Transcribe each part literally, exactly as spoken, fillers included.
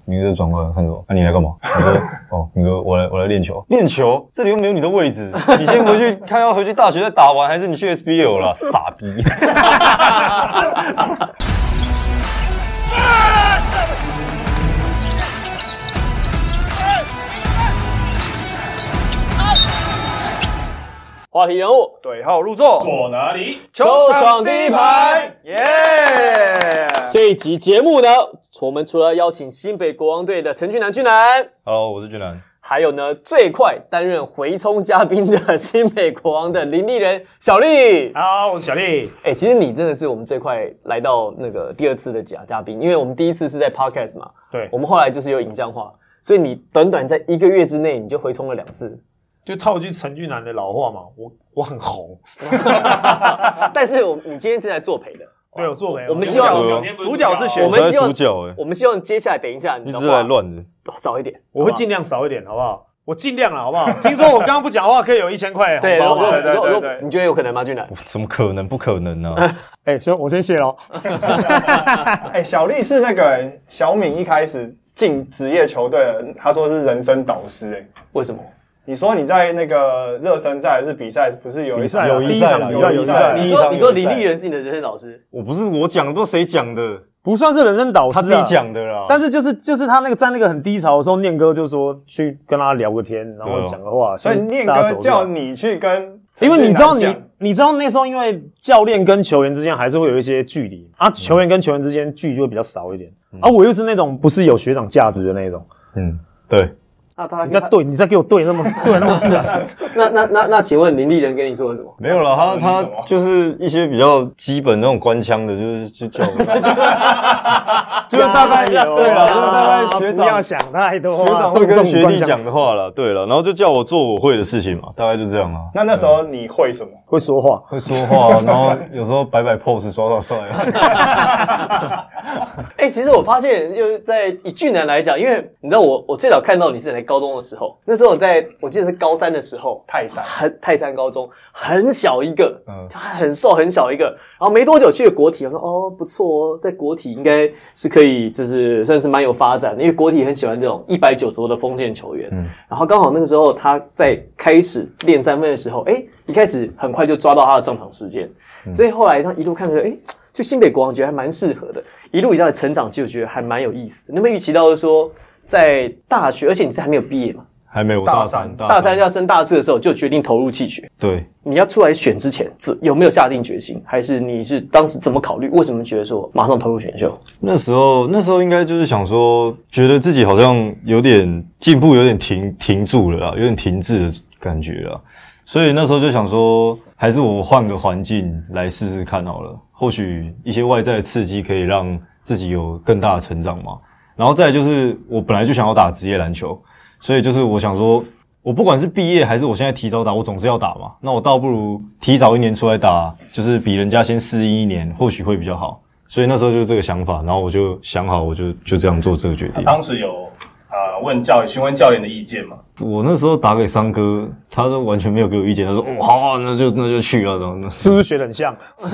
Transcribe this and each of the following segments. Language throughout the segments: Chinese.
明哥转过来看着我，那、啊、你来干嘛？我说哦，明哥，我来我来练球。练球？这里又没有你的位置，你先回去看要回去大学再打完，还是你去 S B L 啦？傻逼！ 话题人物对号入座， 坐哪里？ 球场第一排， 耶！ 这一集节目呢，我们除了邀请新北国王队的陈俊南俊南 ，Hello， 我是俊南， 还有呢最快担任回冲嘉宾的新北国王的林立人小丽。 好，我是小丽。 哎、欸，其实你真的是我们最快来到那个第二次的假嘉宾，因为我们第一次是在 Podcast 嘛， 对， 我们后来就是有影像化，所以你短短在一个月之内你就回冲了两次。 就套句陈俊南的老话嘛，我我很红， 但是我你今天是来作陪的， 对，我作陪。 我们希望主角是选， 我们希望主角哎， 我们希望接下来等一下你一直来乱的， 少一点， 我会尽量少一点，好不好？我尽量了，好不好？听说我刚刚不讲话可以有一千块红包嘛？ 对对对对，你觉得有可能吗，俊南？ 怎么可能？不可能呢、 啊？哎，行，我先谢喽。 哎，小丽是那个小敏一开始进职业球队的，他说是人生导师，哎， 为什么？ 你说你在那个热身赛还是比赛，不是有一赛有一赛啦， 有一赛。 你说你说林立人是你的人生导师？ 我不是我讲的，不知道谁讲的， 不算是人生导师、啊， 他自己讲的啦。 但是就是就是他那个在那个很低潮的时候，念哥就说去跟他聊个天，然后讲个话。 所以念哥叫你去跟， 因为你知道你你知道那时候因为教练跟球员之间还是会有一些距离啊，球员跟球员之间距离就会比较少一点。嗯、啊，我又是那种不是有学长价值的那种。 嗯，对。 你在对，你在给我对那么对那么自然。 那那那那，请问林立人跟你说了什么？ 没有啦，他他就是一些比较基本那种官腔的，就是就叫我， 就是大概有对啦，就是大概学长不要想太多， 学长会跟学弟讲的话啦，对了，然后就叫我做我会的事情嘛，大概就这样啊。 那那时候你会什么？ 会说话， 会说话，然后有时候摆摆 pose 耍耍帅。 哎、欸，其实我发现就是在以俊男来讲，因为你知道我我最早看到你是在高中的时候，那时候我在我记得是高三的时候， 泰山， 很泰山高中很小一个， 嗯， 很瘦很小一个，然后没多久去了国体，我说哦不错哦，在国体应该是可以，就是算是蛮有发展的，因为国体很喜欢这种一百九左右的锋线球员，嗯，然后刚好那个时候他在开始练三分的时候，哎、欸，一开始很快就抓到他的上场时间，嗯、所以后来他一路看着，哎、欸，就新北国王觉得还蛮适合的。一路以来的成长，就觉得还蛮有意思的。你有没有预期到说，在大学，而且你是还没有毕业嘛？ 还没有，大三， 大三要升大四的时候就决定投入气血。 对， 你要出来选之前，有没有下定决心？还是你是当时怎么考虑？为什么觉得说马上投入选秀？ 那时候，那时候应该就是想说，觉得自己好像有点进步，有点停停住了啦，有点停滞的感觉啦。所以那时候就想说，还是我换个环境来试试看好了。或许一些外在的刺激可以让自己有更大的成长嘛。然后再来就是我本来就想要打职业篮球，所以就是我想说，我不管是毕业还是我现在提早打，我总是要打嘛。那我倒不如提早一年出来打，就是比人家先适应一年，或许会比较好。所以那时候就是这个想法，然后我就想好，我就就这样做这个决定。 当时有呃问教询问教练的意见吗？ 我那时候打给桑哥，他都完全没有给我意见，他说哦好啊，那就那就去啊，然后是不是学得很像？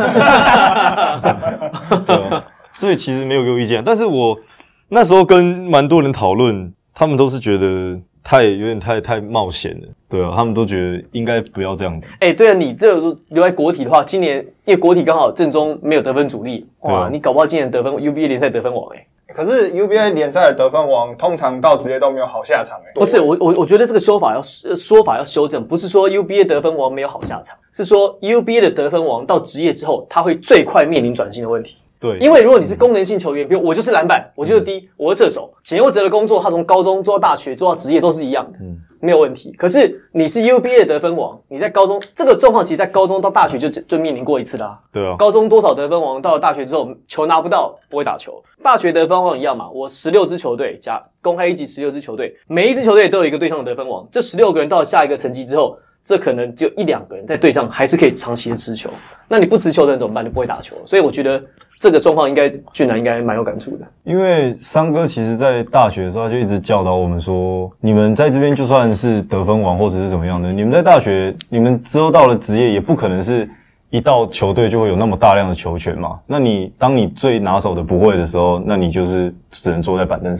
对啊，所以其实没有给我意见，但是我那时候跟蛮多人讨论，他们都是觉得太有点太太冒险了，对啊，他们都觉得应该不要这样子。 哎、欸，对啊，你这留在国体的话，今年因为国体刚好正中没有得分主力，哇，啊、你搞不好今年得分 U B A 联赛得分王哎、欸。 可是 U B A 联赛的得分王通常到职业都没有好下场诶、欸。 不是，我我我觉得这个说法要说法要修正，不是说 U B A 得分王没有好下场，是说 U B A 的得分王到职业之后，他会最快面临转型的问题。 对， 因为如果你是功能性球员，比如我就是篮板，我就是D，我是射手，简佑哲的工作，他从高中做到大学，做到职业都是一样的，嗯，没有问题。可是你是 U B A 的得分王，你在高中这个状况，其实在高中到大学就就面临过一次啦。 对啊， 高中多少得分王，到了大学之后球拿不到，不会打球。大学得分王一样嘛，我十六支球队加公开一级十六支球队，每一支球队都有一个对象的得分王，这十六个人到了下一个层级之后。这可能只有一两个人在队上还是可以长期的持球，那你不持球的人怎么办？就不会打球。所以我觉得这个状况应该俊男应该蛮有感触的。 因为桑哥其实在大学的时候他就一直教导我们说，你们在这边就算是得分王或者是怎么样的，你们在大学，你们之后到了职业也不可能是一到球队就会有那么大量的球权嘛。那你当你最拿手的不会的时候，那你就是只能坐在板凳上啊。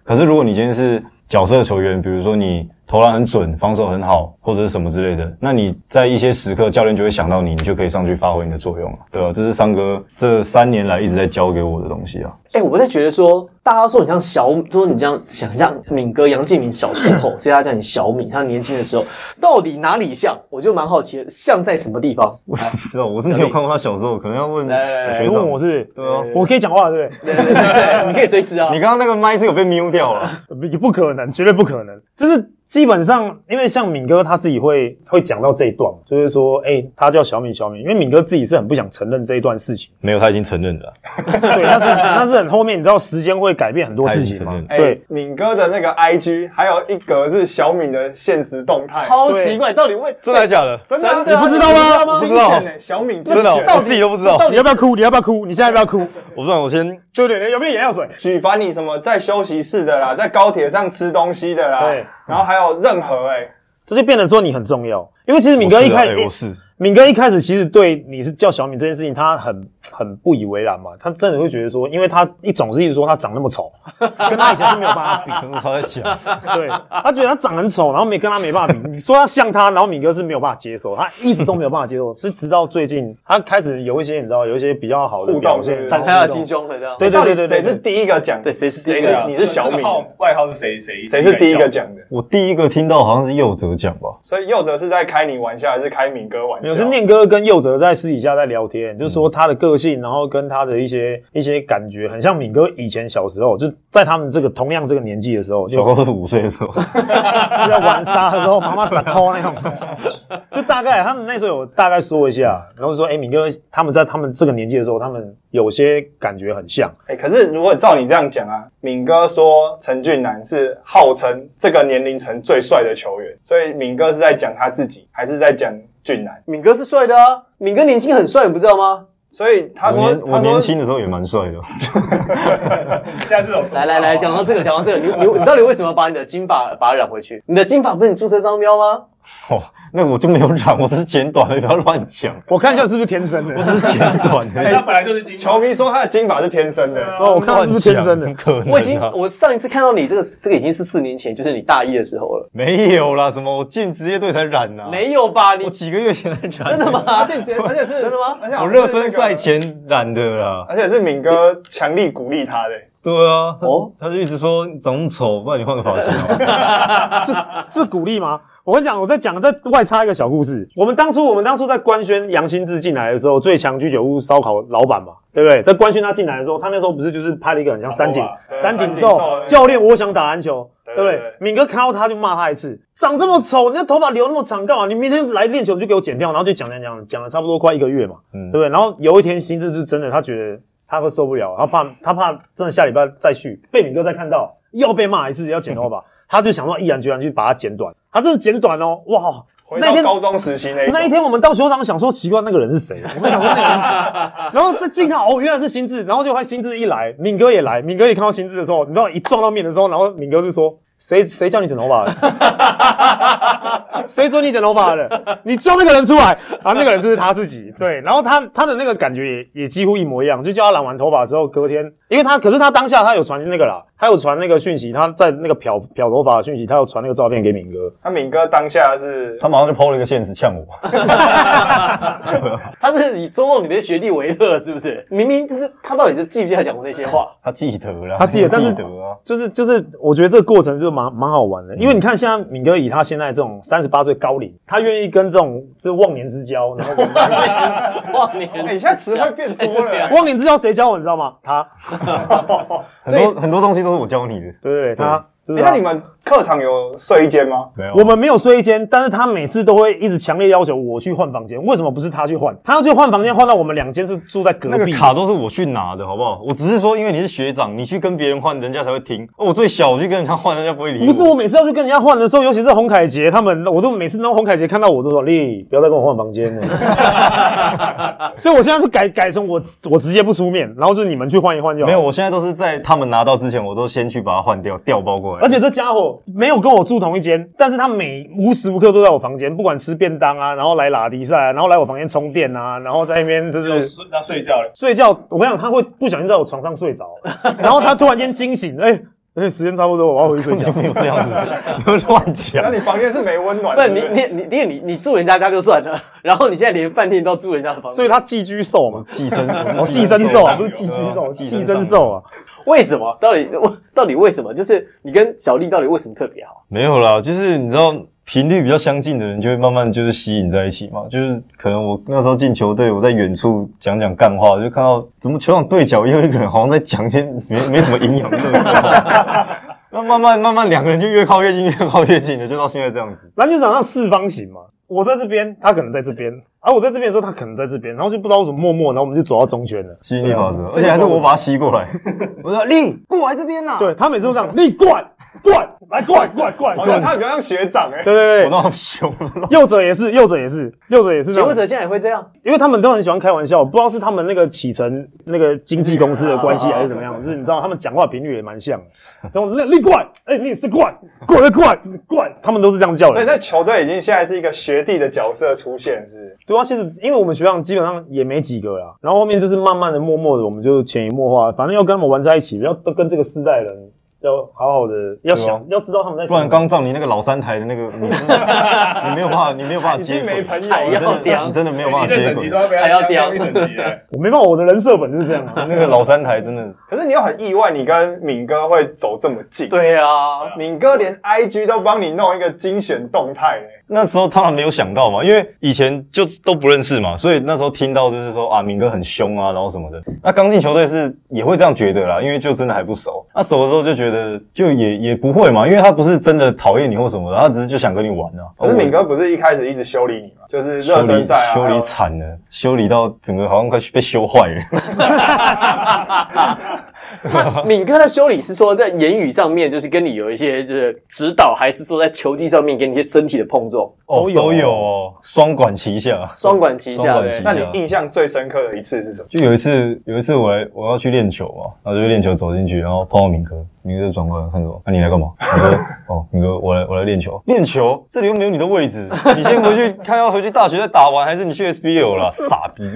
可是如果你今天是角色球员，比如说你投篮很准，防守很好，或者是什么之类的，那你在一些时刻，教练就会想到你，你就可以上去发挥你的作用了，对吧？这是三哥这三年来一直在教给我的东西啊。 哎、欸，我在觉得说，大家说你像小，说你这样想像敏哥杨敬敏小时候，所以他叫你小敏，他年轻的时候到底哪里像？我就蛮好奇的，像在什么地方？ 我不知道，我是没有看过他小时候，可能要问学长。 问我是不是？ 对啊， 我可以讲话，对不对？对对对，你可以随时啊。 你刚刚那个麦是有被 mute 掉了？ 也不可能，绝对不可能，就是。基本上，因为像敏哥他自己会会讲到这一段，就是说，哎、欸，他叫小敏小敏，因为敏哥自己是很不想承认这一段事情。 没有，他已经承认了。 对，但是但是很后面，你知道时间会改变很多事情嘛？对、 欸，敏哥的那个 I G 还有一格是小敏的现实动态， 超奇怪，到底为真的假的？ 真的、啊， 你不知道吗？ 我不知道， 小敏真的，我自己都不知道。 你要不要哭？你要不要哭？你现在要不要哭？ 我不知道，我先对对对，有没有眼药水？ 举凡你什么在休息室的啦，在高铁上吃东西的啦，对，然后还有任何哎、欸， 这就变成说你很重要，因为其实敏哥一开始， 我是。 敏哥一开始其实对你是叫小敏这件事情，他很很不以为然嘛。他真的会觉得说，因为他一总是一直说他长那么丑，跟他以前是没有办法比。 可是他在讲， 对，他觉得他长很丑，然后没跟他没办法比。你说他像他，然后敏哥是没有办法接受，他一直都没有办法接受，是直到最近他开始有一些你知道有一些比较好的表现， 展开他心胸了，这样。 对对对对对， 谁是第一个讲？ 对，谁是第一个？ 你是小敏， 外号是谁？谁谁是第一个讲的？ 我第一个听到好像是佑哲讲吧。 所以佑哲是在开你玩笑，还是开敏哥玩笑？ 有，是念哥跟佑哲在私底下在聊天，就是说他的个性，然后跟他的一些一些感觉，很像敏哥以前小时候，就在他们这个同样这个年纪的时候， 小时候是五岁的时候， 是在玩沙的时候，妈妈掌抠那种，就大概他们那时候有大概说一下，然后说，哎、欸，敏哥他们在他们这个年纪的时候，他们有些感觉很像。 哎、欸，可是如果照你这样讲啊，敏哥说陈俊南是号称这个年龄层最帅的球员，所以敏哥是在讲他自己，还是在讲俊南？ 敏哥是帅的啊，敏哥年轻很帅，你不知道吗？ 所以他说， 我年我年轻的时候也蛮帅的。 现在这种来来来，讲到这个，讲到这个，你你你到底为什么把你的金发把它染回去？你的金发不是你注册商标吗？ 哦，那我就没有染，我只是剪短了，不要乱讲。 我看一下是不是天生的， 我只是剪短的。 欸、他本来就是金发。 球迷说他的金发是天生的， 哦，我看是不是天生的？ 可能、啊。 我已经，我上一次看到你这个，这个已经是四年前，就是你大一的时候了。 没有啦，什么我进职业队才染啊？ 没有吧？你我几个月前才染。 真的吗？ 而且而且是真的吗？ 而且我热身赛前染的啦， 而且是敏哥强力鼓励他的。 对啊，哦，他就一直说你长那么丑，不然你换个发型啊。是是鼓励吗？我跟你讲，我在讲，再外插一个小故事。我们当初，我们当初在官宣杨新志进来的时候，最强居酒屋烧烤老板嘛，对不对？在官宣他进来的时候，他那时候不是就是拍了一个很像三井三井寿教练，我想打篮球，对不对？敏哥看到他就骂他一次，长这么丑，你那头发留那么长干嘛？你明天来练球你就给我剪掉，然后就讲讲讲讲了差不多快一个月嘛，嗯，对不对？然后有一天新志是真的，他觉得他会受不了，他怕他怕真的下礼拜再去被敏哥再看到，又被骂一次要剪头发。他就想说毅然决然去把它剪短，他真的剪短哦，哇！ 那天高中时期那一那一天我们到球场想说奇怪那个人是谁，我们想说那个人是谁，然后再近看哦原来是新志，然后就看新志一来，敏哥也来，敏哥也看到新志的时候，你知道一撞到面的时候，然后敏哥就说谁谁叫你剪头发的？谁说你剪头发的？你叫那个人出来，然后那个人就是他自己，对，然后他他的那个感觉也也几乎一模一样，就叫他染完头发之后，隔天，因为他可是他当下他有传那个啦，他有传那个讯息，他在那个漂漂头发的讯息，他有传那个照片给敏哥， 他敏哥当下是， 他马上就 po 了一个现实呛我， 他是以捉弄你的学弟为乐，是不是？明明就是他到底是记不记得他讲过那些话？ 他记得啦， 他记得，但是记得啊， 就是就是，我觉得这个过程就蛮蛮好玩的，因为你看现在敏哥以他现在这种三十八岁高龄，他愿意跟这种就是忘年之交，然后忘年， 哎，现在词汇变多了， 忘年之交谁教我？你知道吗？他很多很多东西都是我教你的， 对对对，他。 哎、欸，那你们课场有睡一间吗？ 没有， 我们没有睡一间，但是他每次都会一直强烈要求我去换房间。为什么不是他去换？他要去换房间，换到我们两间是住在隔壁。 那个卡都是我去拿的，好不好？我只是说，因为你是学长，你去跟别人换，人家才会听。我最小，我去跟人家换，人家不会理我。 不是，我每次要去跟人家换的时候，尤其是洪凯杰他们，我都每次当洪凯杰看到我都说：“丽，不要再跟我换房间了。”所以我现在就改改成我我直接不出面，然后就是你们去换一换就好。 没有，我现在都是在他们拿到之前，我都先去把它换掉，调包过来。 而且这家伙没有跟我住同一间，但是他每无时无刻都在我房间，不管吃便当啊，然后来拉迪赛啊，然后来我房间充电啊，然后在那边就是他睡觉了。 睡觉，我跟你讲，他会不小心在我床上睡着，然后他突然间惊醒，哎、欸， 而且时间差不多，我要回去睡觉。 就没有这样子，不要乱讲。 那你房间是没温暖不的？ 是你你你你你你住人家家就算了，然后你现在连饭店都住人家的房间， 所以他寄居兽嘛， 寄生， 哦，寄生兽啊，不是寄居兽，寄生兽啊。 为什么？到底到底为什么？就是你跟小丽到底为什么特别好？ 没有啦，就是你知道频率比较相近的人，就会慢慢就是吸引在一起嘛。就是可能我那时候进球队，我在远处讲讲干话，就看到怎么球场对角也有一个人好像在讲一些没没什么营养的话。那慢慢慢慢两个人就越靠越近，越靠越近的，就到现在这样子。 篮球场上四方形嘛，我在这边，他可能在这边，而、啊、我在这边的时候，他可能在这边，然后就不知道为什么默默，然后我们就走到中圈了。 吸引力法则，而且还是我把他吸过来。我说力过来这边呐、啊。 对他每次都这样，力过来，过来，来过来，过来，过来。 好像他比较像学长哎、欸。 对对对， 我那么凶。 右者也是，右者也是，右者也是这样。 右者现在也会这样， 因为他们都很喜欢开玩笑，不知道是他们那个启程那个经纪公司的关系还是怎么样，就是你知道他们讲话频率也蛮像的。然后力过来，哎、欸，你也是过来，过来，过来，过来，他们都是这样叫的。 所以在球队已经现在是一个学弟的角色出现，是？ 对啊，其实因为我们学长基本上也没几个啦，然后后面就是慢慢的、默默的，我们就潜移默化，反正要跟他们玩在一起，要跟这个世代人要好好的要想，要知道他们在想。 不然刚照你那个老三台的那个，你真的你没有办法，你没有办法接轨， 没朋友， 还要屌，你真的没有办法接轨， 还要屌。 我没办法，我的人设本就是这样啊。 那个老三台真的， 可是你又很意外，你跟敏哥会走这么近。 对啊， 敏哥连 I G 都帮你弄一个精选动态嘞。 那时候当然没有想到嘛，因为以前就都不认识嘛，所以那时候听到就是说啊，敏哥很凶啊，然后什么的。那刚进球队是也会这样觉得啦，因为就真的还不熟。那熟的时候就觉得就也也不会嘛，因为他不是真的讨厌你或什么的，他只是就想跟你玩啊。 可是敏哥不是一开始一直修理你嘛，就是热身赛啊， 修理惨了，修理到整个好像快被修坏了。 那敏哥的修理是说在言语上面，就是跟你有一些就是指导，还是说在球技上面给你一些身体的碰撞？ 哦， 都有都有哦，双管齐下， 双管齐下。对， 那你印象最深刻的一次是什么？ 就有一次，有一次我来我要去练球嘛，然后就练球走进去，然后碰到敏哥，敏哥就转过来看着我，那、啊、你来干嘛？我说哦，敏哥，我来我来练球，练球，这里又没有你的位置，你先回去看要回去大学再打完，还是你去 S B L 啦？傻逼！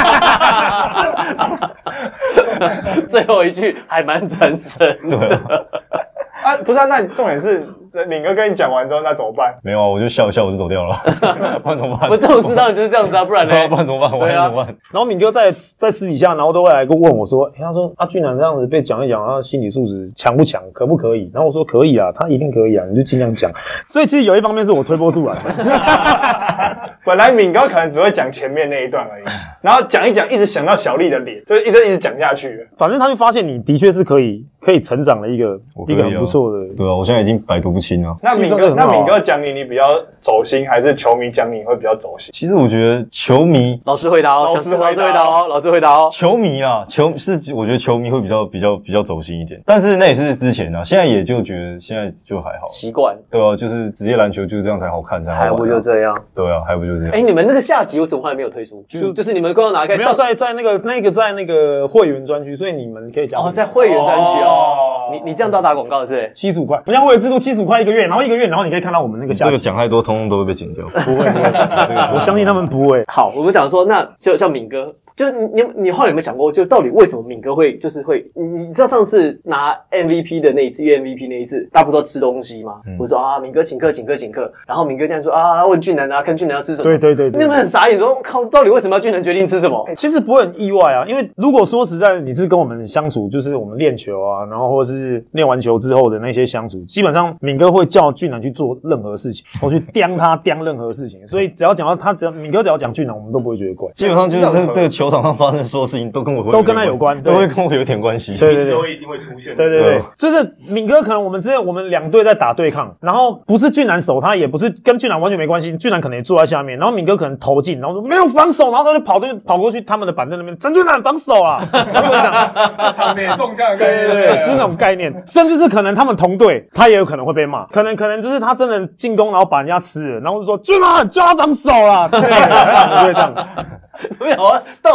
最后一句还蛮传神的。 对啊， 啊，不是啊，那重点是敏哥跟你讲完之后，那怎么办？ 没有啊，我就笑一笑，我就走掉了，不然怎么办？ 不，这种事当然就是这样子啊，不然呢？ 不然怎么办？我还怎么办？ 然后敏哥在在私底下，然后都会来问我说：“欸、他说阿俊男这样子被讲一讲，他心理素质强不强，可不可以？”然后我说：“可以啊，他一定可以啊，你就尽量讲。”所以其实有一方面是我推波助澜。 本来敏哥可能只会讲前面那一段而已，然后讲一讲，一直想到小丽的脸，就一直一直讲下去了。 反正他就发现你的确是可以可以成长的一个、 啊、 一个很不错的。 对啊，我现在已经百毒不侵了。 那敏哥，那敏哥讲你，你比较走心，还是球迷讲你会比较走心？ 其实我觉得球迷， 老师回答哦， 老师回答哦，老师回答哦。 球迷啊，球是我觉得球迷会比较比较比较走心一点，但是那也是之前啊，现在也就觉得现在就还好， 习惯。 对啊，就是职业篮球就是这样才好看，才好玩、啊。 还不就这样？ 对啊，还不就这样？ 哎、欸，你们那个下集我怎么还没有推出？就就是你们刚刚拿开， 没有在在那个那个在那个会员专区，所以你们可以讲哦，在会员专区哦。你你这样都要打广告是不是？ 七十五块，我们家会员制度七十五块一个月，然后一个月，然后你可以看到我们那个下集。 这个讲太多，通通都会被剪掉。 不会不会，这个我相信他们不会。 好，我们讲说，那就像敏哥。就是你你后来有没有想过，就到底为什么敏哥会就是会？你你知道上次拿 M V P 的那一次，月 M V P 那一次，大家不是说吃东西吗？嗯、不是说啊，敏哥请客请客请客，然后敏哥这样说啊，问俊男啊，看俊男要吃什么？ 对对 对, 對， 你们很傻眼，说靠，到底为什么要俊男决定吃什么？ 欸、其实不会很意外啊，因为如果说实在，你是跟我们相处，就是我们练球啊，然后或是练完球之后的那些相处，基本上敏哥会叫俊男去做任何事情，或去刁他刁任何事情，所以只要讲到他，只要敏哥只要讲俊男，我们都不会觉得怪。 基本上就是这这个球场上发生说。事情都跟我都跟他有关， 都会跟我有点关系。 对对对， 都一定会出现。 对对对，就是敏哥，可能我们之前我们两队在打对抗，然后不是俊男守他，也不是跟俊男完全没关系，俊男可能也坐在下面，然后敏哥可能投进，然后说没有防守，然后他就跑去跑过去他们的板凳那边，陈俊男防守啊，然后就讲场内中枪的概念， 对对对，就是那种概念，甚至是可能他们同队，他也有可能会被骂，可能可能就是他真的进攻，然后把人家吃了，然后就说俊男叫他防守啦，对，就会这样。 没有啊，到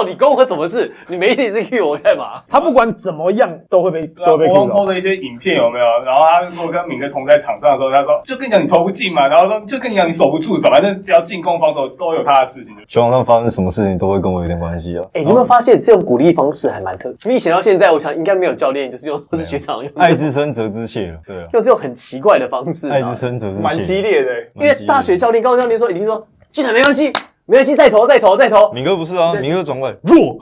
到底关我什么事？你没事一直 cue 我干嘛？ 他不管怎么样都会被都会被 cue 国王 po 的一些影片有没有？然后他如果跟敏哥同在场上的时候，他说就跟你讲你投不进嘛，然后说就跟你讲你守不住手，反正只要进攻防守都有他的事情。 球场上发生什么事情都会跟我有点关系啊。 哎、欸，你有没有发现这种鼓励方式还蛮特别？从以前到现在，我想应该没有教练就是用都是学长用爱之深责之切了，对啊， 用这种很奇怪的方式， 爱之深责之切， 蛮激烈的、欸。 因为大学教练、高中教练说一定说，俊男没关系，没关系，再投再投再投。 敏哥不是啊，敏哥转过来弱。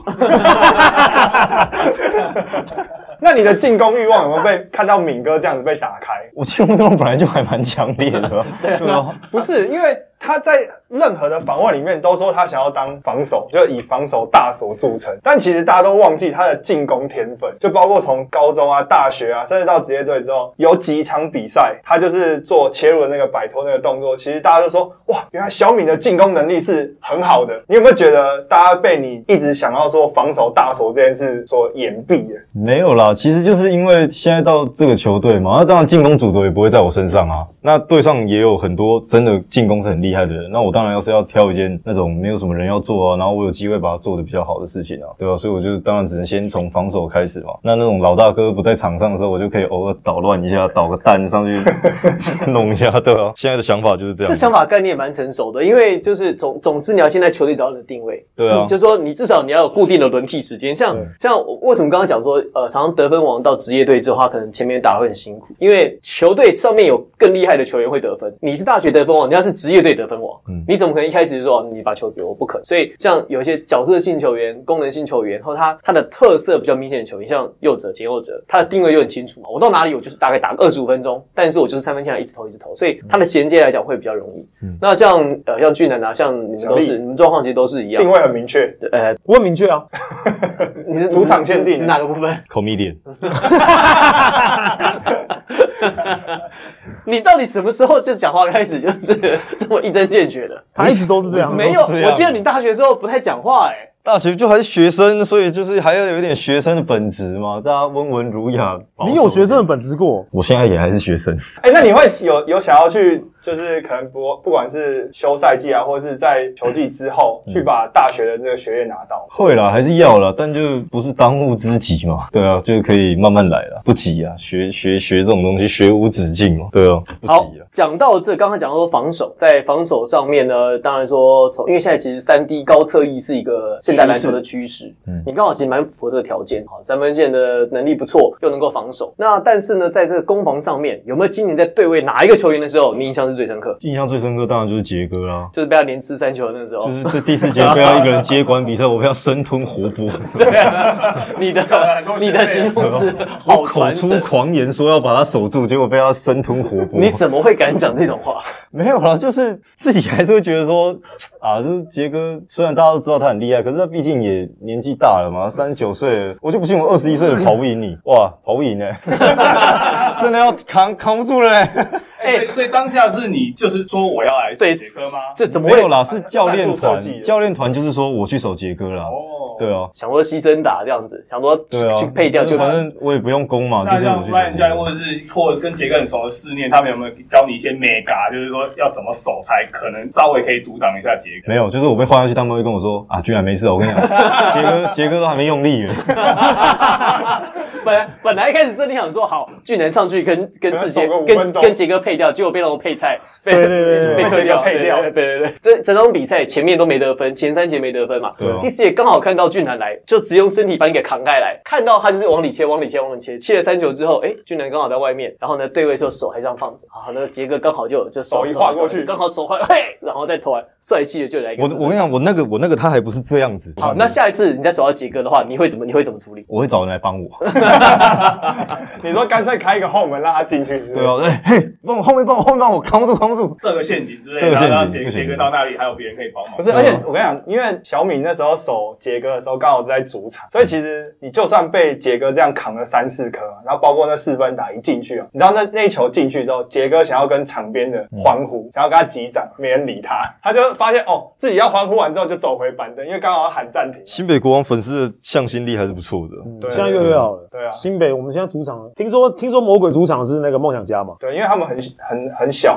那你的进攻欲望有没有被看到敏哥这样子被打开？ 我进攻欲望本来就还蛮强烈的，对吧？ 不是，因为他在任何的访问里面都说他想要当防守，就以防守大锁著称。但其实大家都忘记他的进攻天分，就包括从高中啊、大学啊，甚至到职业队之后，有几场比赛他就是做切入的那个摆脱那个动作，其实大家都说哇，原来小敏的进攻能力是很好的。你有没有觉得大家被你一直想要说防守大锁这件事所掩蔽了？ 没有啦，其实就是因为现在到这个球队嘛，那当然进攻主轴也不会在我身上啊。那队上也有很多真的进攻是很厉害的人，那我当然要是要挑一件那种没有什么人要做啊，然后我有机会把它做得比较好的事情啊，对吧？所以我就当然只能先从防守开始嘛。那那种老大哥不在场上的时候，我就可以偶尔捣乱一下，捣个蛋上去弄一下，对吧？现在的想法就是这样。 这想法概念蛮成熟的，因为就是总总之你要现在球队找到你的定位， 对啊， 就是说你至少你要有固定的轮替时间，像像为什么刚刚讲说呃，常常得分王到职业队之后，他可能前面打会很辛苦，因为球队上面有更厉害的球员会得分，你是大学得分王，你要是职业队得分王，嗯，你怎么可能一开始就说你把球给我？不可能。所以像有一些角色性球员、功能性球员，或他他的特色比较明显的球员，像右者、前右者，他的定位就很清楚嘛。我到哪里我就是大概打二十五分钟，但是我就是三分线一直投一直投，所以他的衔接来讲会比较容易。嗯，那像呃像俊男啊，像你们都是，你们状况其实都是一样， 定位很明确， 呃， 我很明确啊。 你是主场限定是哪个部分 ？Comedian。 你到底什么时候就讲话开始就是这么一针见血的？ 他一直都是这样。 没有，我记得你大学的时候不太讲话哎、欸。 大学就还是学生，所以就是还要有一点学生的本质嘛，大家温文儒雅。 你有学生的本质过？ 我现在也还是学生。 哎、欸，那你会有有想要去，就是可能不不管是休赛季啊，或者是在球季之后，嗯、去把大学的这个学业拿到？ 会啦，还是要啦，但就不是当务之急嘛。对啊，就是可以慢慢来啦，不急啊。学学学这种东西，学无止境嘛。对啊，不急啊。 讲到这，刚刚讲到说防守，在防守上面呢，当然说从因为现在其实三 D 高侧翼是一个现代篮球的趋势，嗯，你刚好其实蛮符合这个条件，好，三分线的能力不错，又能够防守。那但是呢，在这个攻防上面，有没有今年在对位哪一个球员的时候，你印象是最深刻？ 印象最深刻当然就是杰哥啦， 就是被他连吃三球的那个时候， 就是这第四节被他一个人接管比赛，我被他生吞活剥。 对啊，你的你的形容词好传神， 口出狂言说要把他守住，结果被他生吞活剥。 你怎么会敢讲这种话？ 没有啦，就是自己还是会觉得说啊，就是杰哥虽然大家都知道他很厉害，可是他毕竟也年纪大了嘛，三十九岁了，我就不信我二十一岁的跑不赢你，哇，跑不赢哎、欸，真的要扛扛不住了哎、欸。 哎、欸，所以当下是你就是说我要来守杰哥吗？ 这怎么会没有啦？是教练团，教练团就是说我去守杰哥啦。哦，对啊， 想说牺牲打这样子，想说对啊， 去配掉就反正我也不用攻嘛，就是我去守。 那像教练或者是或者跟杰哥很熟的试念，他们有没有教你一些 mega， 就是说要怎么守才可能稍微可以阻挡一下杰哥？ 没有，就是我被换下去，他们会跟我说啊，居然没事，我跟你讲，杰哥杰哥都还没用力了。 本来本来一开始设定想说好，巨男上去跟跟志杰跟跟杰哥配掉，结果被那种配菜， 对对对， 被克掉，配掉，对对对。这整场比赛前面都没得分，前三节没得分嘛。 对。 第四节刚好看到巨男来，就只用身体把你给扛开来，看到他就是往里切，往里切，往里切，切了三球之后，哎，巨男刚好在外面，然后呢对位的时候手还这样放着，好，那杰哥刚好就就手一划过去， 刚好手划，嘿，然后再投完，帅气的就来一个。 我我跟你讲，我那个我那个他还不是这样子。 好，那下一次你再守到杰哥的话，你会怎么你会怎么处理？ 我会找人来帮我。 你说干脆开一个后门让他进去是？ 对啊，哎嘿，帮我后面帮我后面帮我扛不住扛不住， 设个陷阱之类的， 设个陷阱， 让杰杰哥到那里还有别人可以帮忙。 不是，而且我跟你讲，因为小敏那时候守杰哥的时候刚好是在主场，所以其实你就算被杰哥这样扛了三四颗，然后包括那四分打一进去啊，你知道那那一球进去之后，杰哥想要跟场边的欢呼，想要跟他击掌，没人理他，他就发现哦自己要欢呼完之后就走回板凳，因为刚好要喊暂停。 新北国王粉丝的向心力还是不错的， 对， 现在越来越好了。 对啊， 新北我们现在主场，听说听说魔鬼主场是那个梦想家嘛？ 对，因为他们很很很小很密，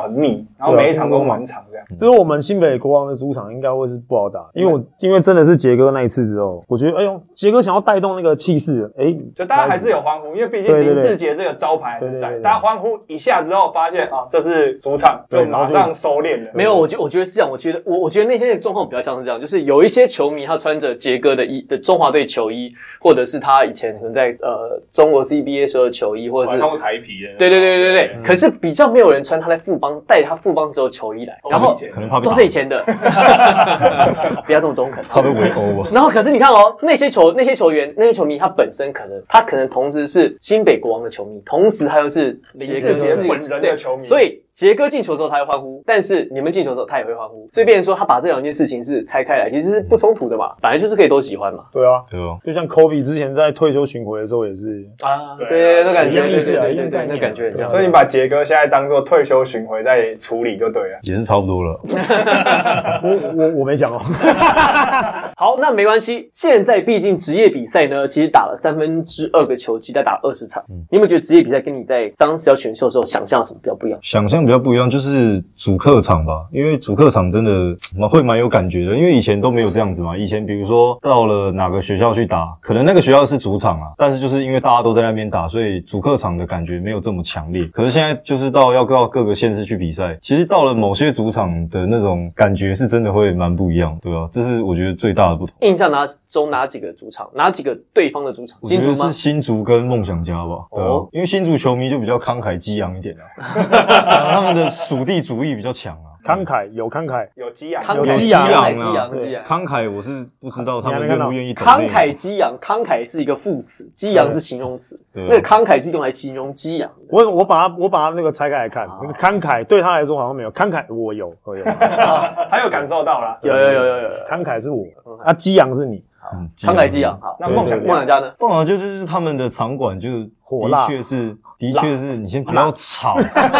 力，然后每一场都满场这样。 之后我们新北国王的主场应该会是不好打，因为我因为真的是杰哥那一次之后，我觉得哎呦，杰哥想要带动那个气势，哎， 就大家还是有欢呼，因为毕竟林志杰这个招牌还是在，大家欢呼一下之后，发现啊，这是主场，就马上收敛了。 没有，我觉我觉得是这样，我觉得我我觉得那天的状况比较像是这样，就是有一些球迷他穿着杰哥的衣的中华队球衣，或者是他以前可能在呃中国 C B A 时候的球衣，或者是他们台皮的， 对对对对对，嗯、可是比较没有人穿他在富邦带他富邦时候球衣来，然后可能怕被都是以前的，不要这么中肯， 怕被围殴啊。 然后可是你看哦，那些球那些球员那些球迷，他本身可能他可能同时是新北国王的球迷，同时他又是林志杰本人的球迷， 所以杰哥进球之后他会欢呼，但是你们进球之后他也会欢呼，所以变成说他把这两件事情是拆开来，其实是不冲突的嘛，本来就是可以都喜欢嘛。 对啊， 对啊， 就像 Kobe 之前在退休巡回的时候也是啊，对，那感觉，对对对对对，那感觉很像。 所以你把杰哥现在当做退休巡回在处理就对了， 也是差不多了。 我我我没讲哦。 好，那没关系，现在毕竟职业比赛呢，其实打了三分之二个球季，再打二十场。嗯、你有没有觉得职业比赛跟你在当时要选秀的时候想象什么比较不一样？ 想象比较不一样，就是主客场吧，因为主客场真的会蛮有感觉的，因为以前都没有这样子嘛。以前比如说到了哪个学校去打，可能那个学校是主场啊，但是就是因为大家都在那边打，所以主客场的感觉没有这么强烈。可是现在就是到要到各个县市去比赛，其实到了某些主场的那种感觉是真的会蛮不一样，对吧？这是我觉得最大的不同。 印象拿中哪几个主场，哪几个对方的主场？新竹吗？ 我觉得是新竹跟梦想家吧，对啊，哦、因为新竹球迷就比较慷慨激昂一点啊，他们的属地主义比较强啊。 慷慨有慷慨， 有激昂， 有激昂啊！ 激昂，激昂。 慷慨我是不知道他们愿不愿意懂。 慷慨激昂，慷慨是一个副词，激昂是形容词。那个慷慨是用来形容激昂。 我我把它我把它那个拆开来看，那个慷慨对他来说好像没有慷慨，我有，我有， 他有感受到了。 有有有有有， 慷慨是我，啊激昂是你。 嗯，慷慨激昂。好， 那梦想梦想家呢？ 梦想家就是他们的场馆就火辣， 的确是。的确是你先不要吵，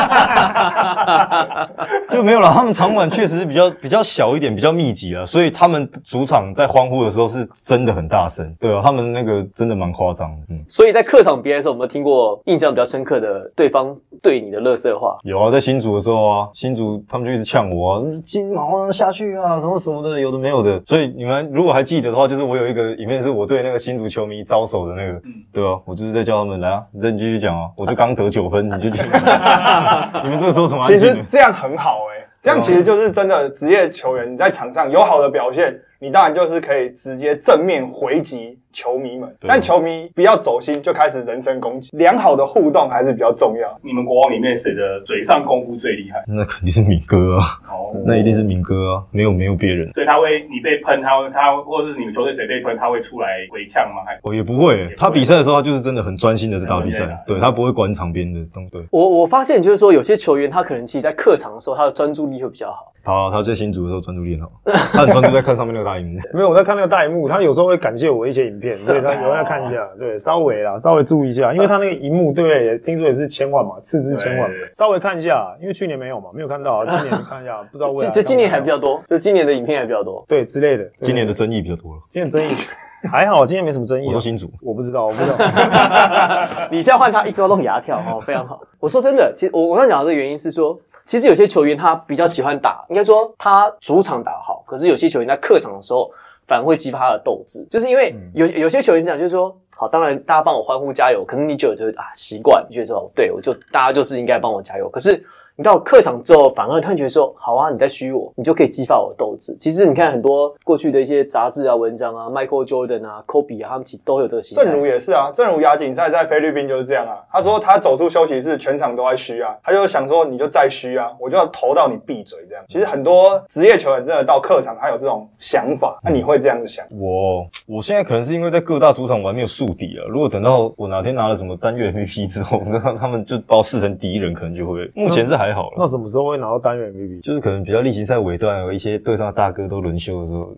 就没有了。他们场馆确实是比较比较小一点，比较密集啊，所以他们主场在欢呼的时候是真的很大声，对啊，他们那个真的蛮夸张的。嗯， 所以在客场比赛的时候，有没有听过印象比较深刻的对方对你的垃圾话？ 有啊，在新竹的时候啊，新竹他们就一直呛我啊，金毛啊下去啊，什么什么的，有的没有的。所以你们如果还记得的话，就是我有一个影片是我对那个新竹球迷招手的那个，嗯、对吧、啊？我就是在叫他们来啊，你再继续讲啊。我就刚得九分，你就去。你们这个时候什么？ 其实这样很好哎、欸，这样其实就是真的职业球员，你在场上有好的表现，你当然就是可以直接正面回击球迷们。但球迷不要走心，就开始人身攻击。良好的互动还是比较重要。 你们国王里面谁的嘴上功夫最厉害？ 那肯定是敏哥啊，哦，那一定是敏哥啊，没有没有别人。 所以他会，你被喷，他会他或者是你们球队谁被喷，他会出来回呛吗？还我也不会、欸，他比赛的时候他就是真的很专心的在打比赛，对他不会管场边的东对。 我我发现就是说，有些球员他可能其实在客场的时候，他的专注力会比较好。 他他在新竹的时候专注力很好，他很专注在看上面那个大荧幕。 没有，我在看那个大荧幕，他有时候会感谢我一些影片，所以他有要看一下，对，稍微啦，稍微注意一下，因为他那个荧幕对不对？也听说也是千万嘛，斥资千万，稍微看一下，因为去年没有嘛，没有看到，今年看一下，不知道未来。 这今年还比较多，就今年的影片还比较多， 对之类的。 今年的争议比较多了， 今年争议还好，今年没什么争议、啊。 我说新竹， 我不知道，我不知道。 你现在换他一直要弄牙跳哦，非常好。我说真的，其实我我刚讲的这个原因是说。其实有些球员他比较喜欢打，应该说他主场打好，可是有些球员在客场的时候反而会激发他的斗志，就是因为有有些球员是讲，就是说，好，当然大家帮我欢呼加油，可能你久了就啊习惯，你觉得说，对我就大家就是应该帮我加油，可是。你到客场之后，反而突然觉得说，好啊，你在虚我，你就可以激发我的斗志。其实你看很多过去的一些杂志啊、文章啊 ，Michael Jordan 啊、Kobe 啊，他们其实都有这个心态。 正如也是啊，正如亚锦赛在菲律宾就是这样啊。他说他走出休息室，全场都在虚啊，他就想说你就再虚啊，我就要投到你闭嘴这样。其实很多职业球员真的到客场，他有这种想法，那你会这样子想？ 我我现在可能是因为在各大主场玩没有宿敌啊。如果等到我哪天拿了什么单月 M V P 之后，那他们就把我视成敌人，可能就会。目前是还好了。 那什么时候会拿到单元 M V P？ 就是可能比较例行赛尾段有一些队上的大哥都轮休的时候。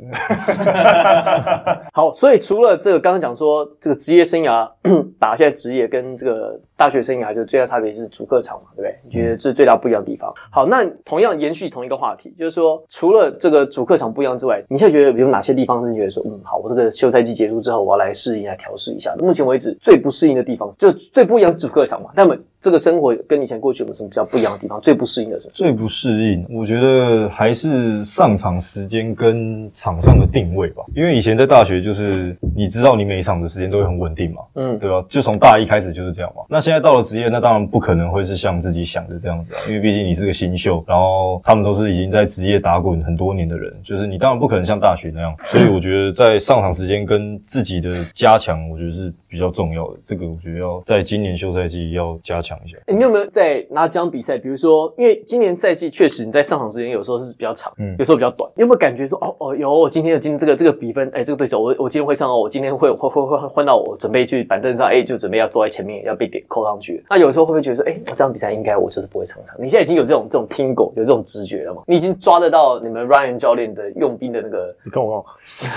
好，所以除了这个刚刚讲说这个职业生涯打现在职业跟这个大学生涯就最大差别是主客场嘛，对不对？你觉得这最大不一样的地方？ 好，那同样延续同一个话题，就是说，除了这个主客场不一样之外，你现在觉得有哪些地方是你觉得说，嗯，好，我这个休赛季结束之后，我要来适应、来调试一下。目前为止最不适应的地方，就最不一样主客场嘛。那么这个生活跟以前过去有没有什么比较不一样的地方？最不适应的是？ 最不适应，我觉得还是上场时间跟场上的定位吧。因为以前在大学就是你知道你每一场的时间都会很稳定嘛，嗯，对吧？就从大一开始就是这样嘛。那现在到了职业，那当然不可能会是像自己想的这样子啊，因为毕竟你是个新秀，然后他们都是已经在职业打滚很多年的人，就是你当然不可能像大学那样。所以我觉得在上场时间跟自己的加强，我觉得是比较重要的。这个我觉得要在今年休赛季要加强一下。 你有没有在哪几场比赛？比如说，因为今年赛季确实你在上场时间有时候是比较长，嗯，有时候比较短。你有没有感觉说，哦哦，有我今天的今天这个这个比分，哎，这个对手我我今天会上哦，我今天会会会会换到我准备去板凳上，哎，就准备要坐在前面，要被点扣上去。那有时候会不会觉得说，哎，这场比赛应该我就是不会上场？你现在已经有这种这种听狗有这种直觉了吗？你已经抓得到你们 Ryan 教练的用兵的那个， 你看我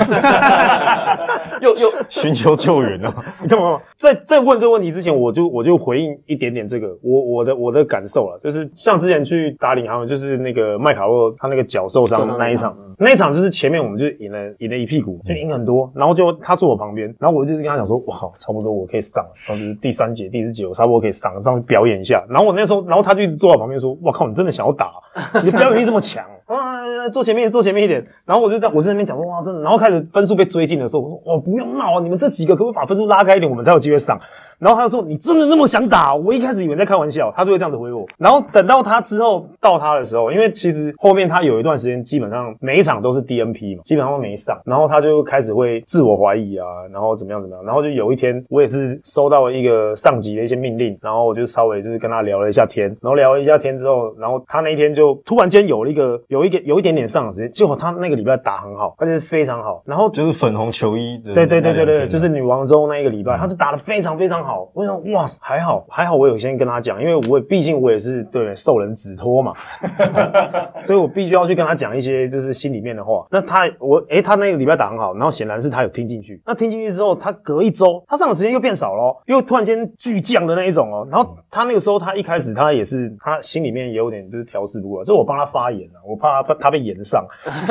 又又寻求救援啊！ 你看我在在问这个问题之前，我就我就回应一点点这个我我的我的感受了，就是像之前去打领航，就是那个麦卡洛他那个脚受伤的那一场，那一场就是前面我们就赢了赢了一屁股，就赢很多，然后就他坐我旁边，然后我就是跟他讲说，哇，差不多我可以上了，然后就是第三节第四节我差不多可以上上去表演一下，然后我那时候，然后他就一直坐我旁边说，哇靠，你真的想要打，你的表演力这么强啊，坐前面坐前面一点，然后我就在我在那边讲说，哇，真的，然后开始分数被追进的时候，我说，哦，不要闹啊，你们这几个可不可以把分数拉开一点，我们才有机会上。然后他就说：“你真的那么想打？”我一开始以为在开玩笑，他就会这样子回我。然后等到他之后到他的时候，因为其实后面他有一段时间基本上每一场都是 D N P 嘛，基本上都没上。然后他就开始会自我怀疑啊，然后怎么样怎么样。然后就有一天，我也是收到了一个上级的一些命令，然后我就稍微就是跟他聊了一下天，然后聊了一下天之后，然后他那一天就突然间有了一个有一个有一点点上场时间，结果他那个礼拜打很好，而且是非常好。然后就是粉红球衣的， 对对对对对，就是女王周那一个礼拜，他就打得非常非常好。我想哇。还好，还好，我有先跟他讲，因为我毕竟我也是对受人指托嘛，所以我必须要去跟他讲一些就是心里面的话。那他我诶，他那个礼拜打很好，然后显然是他有听进去。那听进去之后，他隔一周他上的时间又变少了，又突然间巨降的那一种哦。然后他那个时候他一开始他也是他心里面也有点就是调试不过来，所以我帮他发言啊，我怕他他被延上。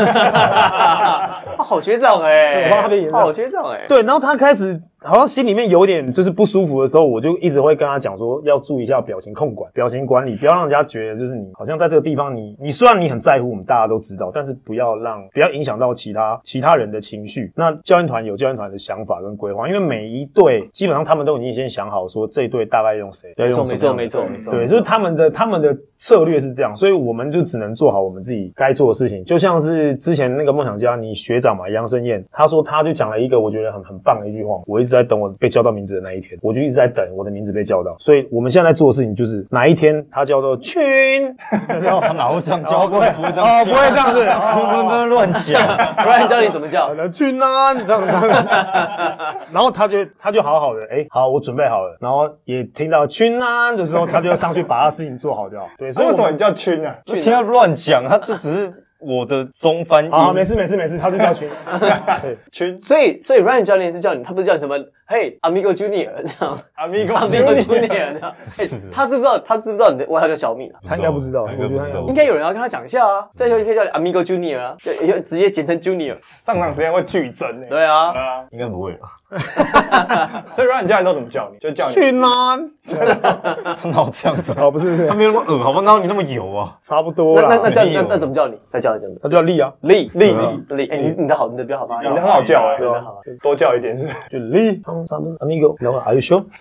好学长哎、欸， 我怕他被延上， 好学长哎、欸。 对，然后他开始。好像心里面有点就是不舒服的时候，我就一直会跟他讲说，要注意一下表情控管、表情管理，不要让人家觉得就是你好像在这个地方你，你你虽然你很在乎，我们大家都知道，但是不要让不要影响到其他其他人的情绪。那教练团有教练团的想法跟规划，因为每一队基本上他们都已经先想好说这一队大概用谁，要用什么样的， 没错没错没错， 对，就是他们的他们的策略是这样，所以我们就只能做好我们自己该做的事情。就像是之前那个梦想家你学长嘛，杨生燕，他说他就讲了一个我觉得很很棒的一句话，我一直在等我被叫到名字的那一天，我就一直在等我的名字被叫到。所以我们现在在做的事情就是哪一天他叫做群， 他哪会这样叫？不会不会这样哦，不会这样子， 不能不能乱讲， 不然教你怎么叫？ 群啊，你这样子，然后他就他就好好的，哎，好，我准备好了，然后也听到群啊的时候，他就要上去把他事情做好就好。对，所以为什么你叫群啊？ 就听他乱讲，他就只是。我的中翻音啊，没事没事没事，他就叫群，对群，所以所以 Ryan 教练是叫你，他不是叫你什么，嘿 Amigo Junior 这样 ，Amigo Amigo Junior 这样，哎，他知不知道？他知不知道你的外号叫小米啊？ 他应该不知道， 应该不知道， 应该有人要跟他讲一下啊，再就可以叫你 Amigo Junior 啊，就直接简称 Junior， 上场时间会剧增诶。 对啊， 应该不会吧？ 所以 Ryan 教练都怎么叫你？就叫你群啊， 他哪有这样子？ 哦，不是， 他没有那么恶，好吧？哪有你那么油啊？ 差不多啦。 那那那那那怎么叫你？再叫一遍， 他叫力啊， 力力力，哎，你你的好，你的比较好发音， 你的很好叫哎， 对的好， 多叫一点是。 就力，amigo， 然后 Are you sure？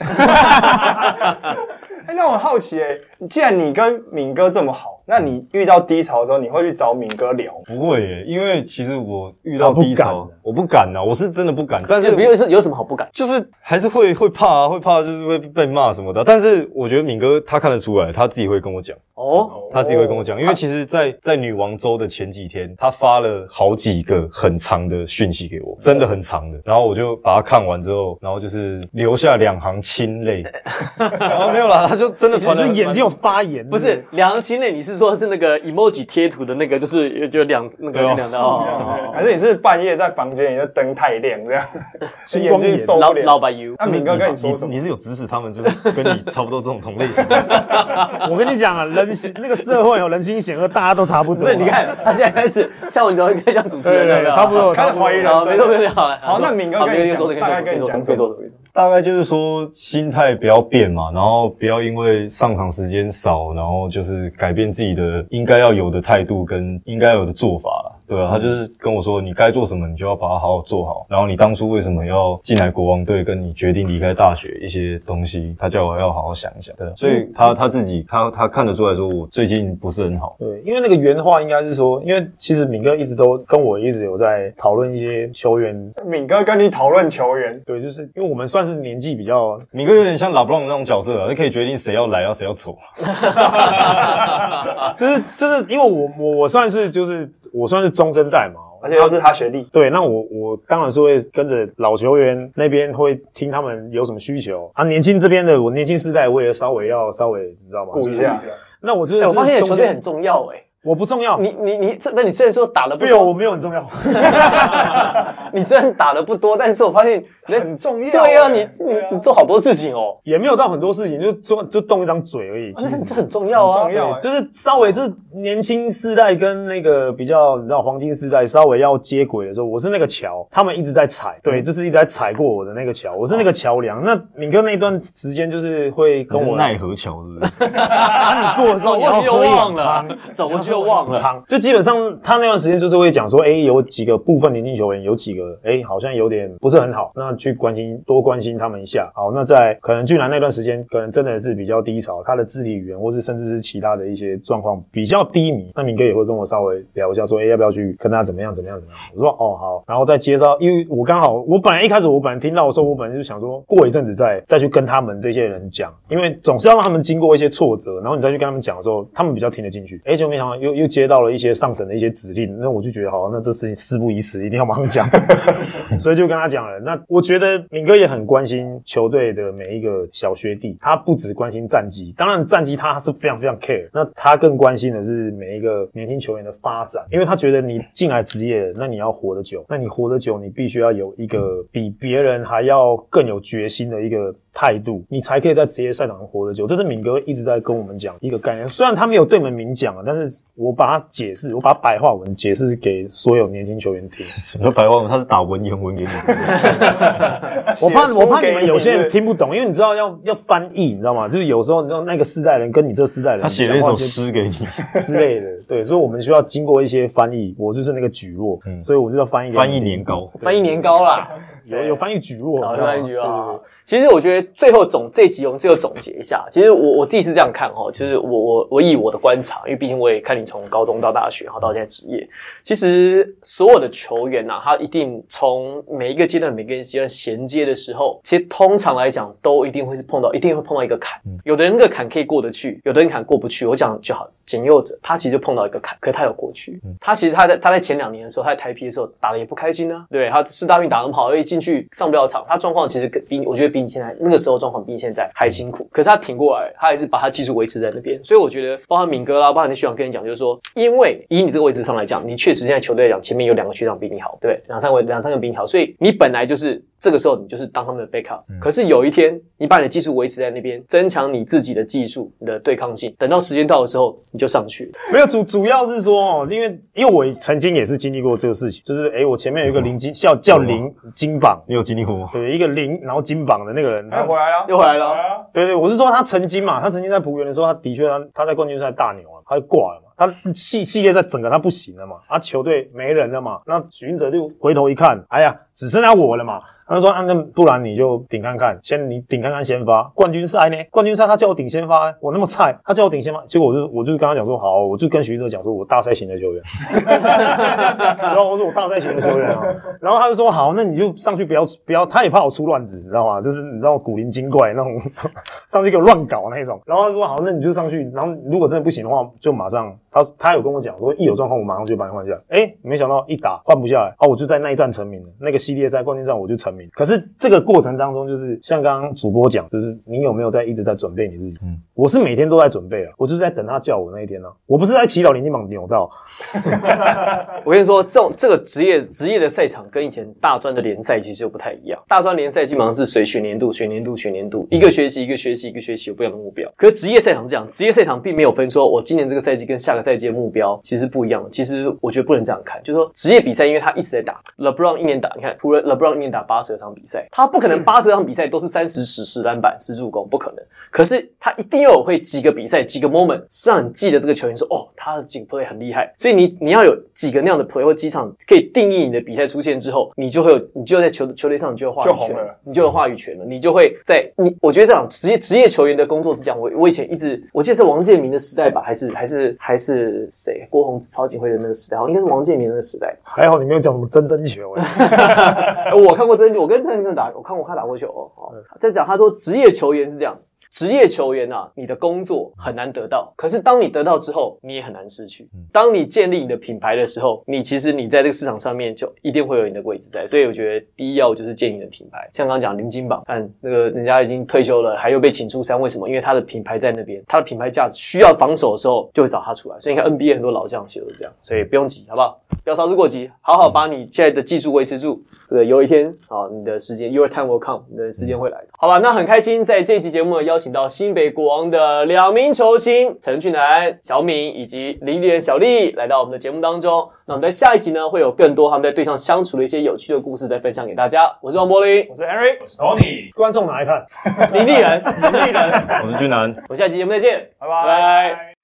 哎，那我好奇哎，既然你跟敏哥这么好，那你遇到低潮的时候，你会去找敏哥聊吗？ 不会耶，因为其实我遇到低潮，我不敢啊，我是真的不敢。但是有是有什么好不敢？ 就是还是会会怕啊，会怕就是会被骂什么的。但是我觉得敏哥他看得出来，他自己会跟我讲。 哦， 他自己会跟我讲，因为其实在，在在女王周的前几天，他发了好几个很长的讯息给我，真的很长的。然后我就把它看完之后，然后就是留下两行清泪。然后没有啦，他就真的传了， 是眼睛有发炎， 不是两行清泪。你是说是那个 emoji 贴图的那个，就是就两那个两道， 还是你是半夜在房间，你就灯太亮这样， 青光眼老受不了。 老白油。 那敏哥跟你说什么？ 你是有指使他们，就是跟你差不多这种同类型的。 我跟你讲啊，人那个社会有人心险恶，大家都差不多。 不是，你看他现在开始像我，你都开始像主持人对对，差不多， 开始怀疑人生。 没错没错，好， 好，那敏哥跟你讲，大概跟你讲什么？ 大概就是说，心态不要变嘛，然后不要因为上场时间少，然后就是改变自己的应该要有的态度跟应该有的做法啦。对啊，他就是跟我说，你该做什么，你就要把它好好做好。然后你当初为什么要进来国王队，跟你决定离开大学一些东西，他叫我要好好想一想。对啊，所以他他自己他他看得出来说，我最近不是很好。 对，因为那个原话应该是说，因为其实敏哥一直都跟我一直有在讨论一些球员。 敏哥跟你讨论球员， 对，就是因为我们算是年纪比较， 敏哥有点像拉布朗那种角色啊，就可以决定谁要来，要谁要走。 就是就是因为我我我算是就是我算是中生代嘛。 而且又是他学弟， 对，那我我当然是会跟着老球员那边会听他们有什么需求啊。年轻这边的，我年轻世代我也稍微要稍微你知道吗？ 顾一下。 那我觉得、 欸，我发现球队很重要哎、欸。 我不重要， 你你你，那你虽然说打了不多，我没有很重要。 你虽然打的不多，但是我发现很重要。 对啊，你你你做好多事情哦， 也没有到很多事情，就做就动一张嘴而已。其实这很重要啊， 重要、欸， 就是稍微就是年轻世代跟那个比较你知道黄金世代稍微要接轨的时候，我是那个桥，他们一直在踩，对，就是一直在踩过我的那个桥，我是那个桥梁。那敏哥那段时间就是会跟我奈何桥，是不是？ 啊，你过的时候你要喝一碗汤， 走过去就忘了。 就基本上他那段时间就是会讲说，哎、欸，有几个部分年轻球员有几个，哎、欸，好像有点不是很好，那去关心多关心他们一下。好，那在可能俊男那段时间，可能真的是比较低潮，他的肢体语言或是甚至是其他的一些状况比较低迷。那敏哥也会跟我稍微聊一下，说，哎、欸，要不要去跟他怎么样怎么样怎么样？我说，哦，好，然后再介绍，因为我刚好我本来一开始我本来听到的时候，我本来就想说，过一阵子再再去跟他们这些人讲，因为总是要让他们经过一些挫折，然后你再去跟他们讲的时候，他们比较听得进去。哎、欸，就没想到又又接到了一些上层的一些指令，那我就觉得好，那这事情事不宜迟，一定要马上讲，所以就跟他讲了。那我觉得敏哥也很关心球队的每一个小学弟，他不只关心战绩，当然战绩他是非常非常 care， 那他更关心的是每一个年轻球员的发展，因为他觉得你进来职业，那你要活得久，那你活得久，你必须要有一个比别人还要更有决心的一个态度，你才可以在职业赛场上活得久。这是敏哥一直在跟我们讲一个概念，虽然他没有对我们明讲啊，但是我把它解释，我把白话文解释给所有年轻球员听。 什么叫白话文？他是打文言文给你。 我怕我怕你们有些人听不懂，因为你知道要要翻译，你知道吗？就是有时候你知道那个世代人跟你这世代人， 他写了一首诗给你之类的，对，所以我们需要经过一些翻译。我就是那个举弱，嗯、所以我就要翻译翻译年糕， 翻译年糕啦。 有有翻译举弱， 有翻译举弱。其实我觉得最后总这一集我们最后总结一下，其实我我自己是这样看哈，就是我我我以我的观察，因为毕竟我也看你从高中到大学，然后到现在职业，其实所有的球员呐、啊，他一定从每一个阶段每个阶段衔接的时候，其实通常来讲都一定会是碰到，一定会碰到一个坎。嗯、有的人那个坎可以过得去，有的人坎过不去。我讲就好，简佑者他其实就碰到一个坎，可他有过去。嗯、他其实他在他在前两年的时候，他在台啤的时候打得也不开心啊，对，他四大运打得很好，一进去上不了场，他状况其实比我觉得比你现在那个时候状况比你现在还辛苦，可是他挺过来，他还是把他技术维持在那边。所以我觉得，包含敏哥啦，包含你学长跟你讲，就是说，因为以你这个位置上来讲，你确实现在球队来讲，前面有两个学长比你好，对，两三个两三个比你好，所以你本来就是这个时候你就是当他们的 backup、嗯。可是有一天，你把你的技术维持在那边，增强你自己的技术、你的对抗性，等到时间到的时候，你就上去。 没有主主要是说哦，因为因为我曾经也是经历过这个事情，就是诶，我前面有一个零金叫叫零金榜， 你有经历过吗？ 对，一个零然后金榜的那个人， 他回来了， 又回来了。 对对，我是说他曾经嘛，他曾经在璞园的时候，他的确他他在冠军赛大牛啊，他就挂了嘛，他系系列赛整个他不行了嘛，啊球队没人了嘛，那许晋哲就回头一看，哎呀，只剩下我了嘛。他就说啊，那不然你就顶看看，先你顶看看先发。冠军赛呢？冠军赛他叫我顶先发，我那么菜，他叫我顶先发，结果我就我就跟他讲说，好，我就跟徐哲讲说，我大赛型的球员。然后我说我大赛型的球员啊，然后他就说好，那你就上去不要不要，他也怕我出乱子，你知道吗？就是你知道古灵精怪那种，上去给我乱搞那种。然后他说好，那你就上去，然后如果真的不行的话，就马上他他有跟我讲说，一有状况我马上就把你换下来。哎，没想到一打换不下来，啊，我就在那一战成名了。那个系列赛冠军战我就成名。 名。可是这个过程当中，就是像刚刚主播讲，就是你有没有在一直在准备你自己？嗯，我是每天都在准备啊，我就是在等他叫我那一天啊，我不是在祈祷林金榜扭到。 我跟你说，这种这个职业职业的赛场跟以前大专的联赛其实又不太一样。大专联赛基本上是随学年度、学年度、学年度，一个学期一个学期一个学期有不一样的目标。可是职业赛场是这样，职业赛场并没有分说我今年这个赛季跟下个赛季的目标其实不一样的。其实我觉得不能这样看，就是说职业比赛，因为他一直在打 ，LeBron 一年打，你看，除了 LeBron 一年打八十场比赛，他不可能八十场比赛都是三十十十篮板十助攻，不可能。可是他一定要有会几个比赛几个 moment 是让你记得这个球员说，哦，他的几个 play 很厉害，所以你你要有几个那样的 play 或几场可以定义你的比赛出现之后，你就会有，你就在球球队上你就有话语权了，你就有话语权了，你就会在你，我觉得这样职业职业球员的工作是这样。我我以前一直，我记得是王建民的时代吧，还是还是还是谁？郭宏志、曹景辉的那个时代，应该是王建民的那个时代。 还好你没有讲什么真真球哎、 欸，我看过真，我跟郑郑打，我看过他打过球哦。哦在讲他说职业球员是这样。职业球员啊，你的工作很难得到，可是当你得到之后，你也很难失去。当你建立你的品牌的时候，你其实你在这个市场上面就一定会有你的位置在。所以我觉得第一要就是建立你的品牌。像刚刚讲林金榜，看那个人家已经退休了，还又被请出山，为什么？因为他的品牌在那边，他的品牌价值需要防守的时候就会找他出来。所以你看 N B A 很多老将其实都是这样，所以不用急，好不好？不要操之过急，好好把你现在的技术维持住。这个有一天啊，你的时间 ，your time will come， 你的时间会来的。好吧，那很开心在这一期节目呢，邀请到新北国王的两名球星陈俊南、小敏以及林立人小丽来到我们的节目当中。那我们在下一集呢，会有更多他们在队上相处的一些有趣的故事再分享给大家。我是王柏林， 我是 Henry， 我是 Tony， 观众哪来看？ 林立人，林立人， 我是俊南， 我们下期节目再见， 拜拜。 拜拜。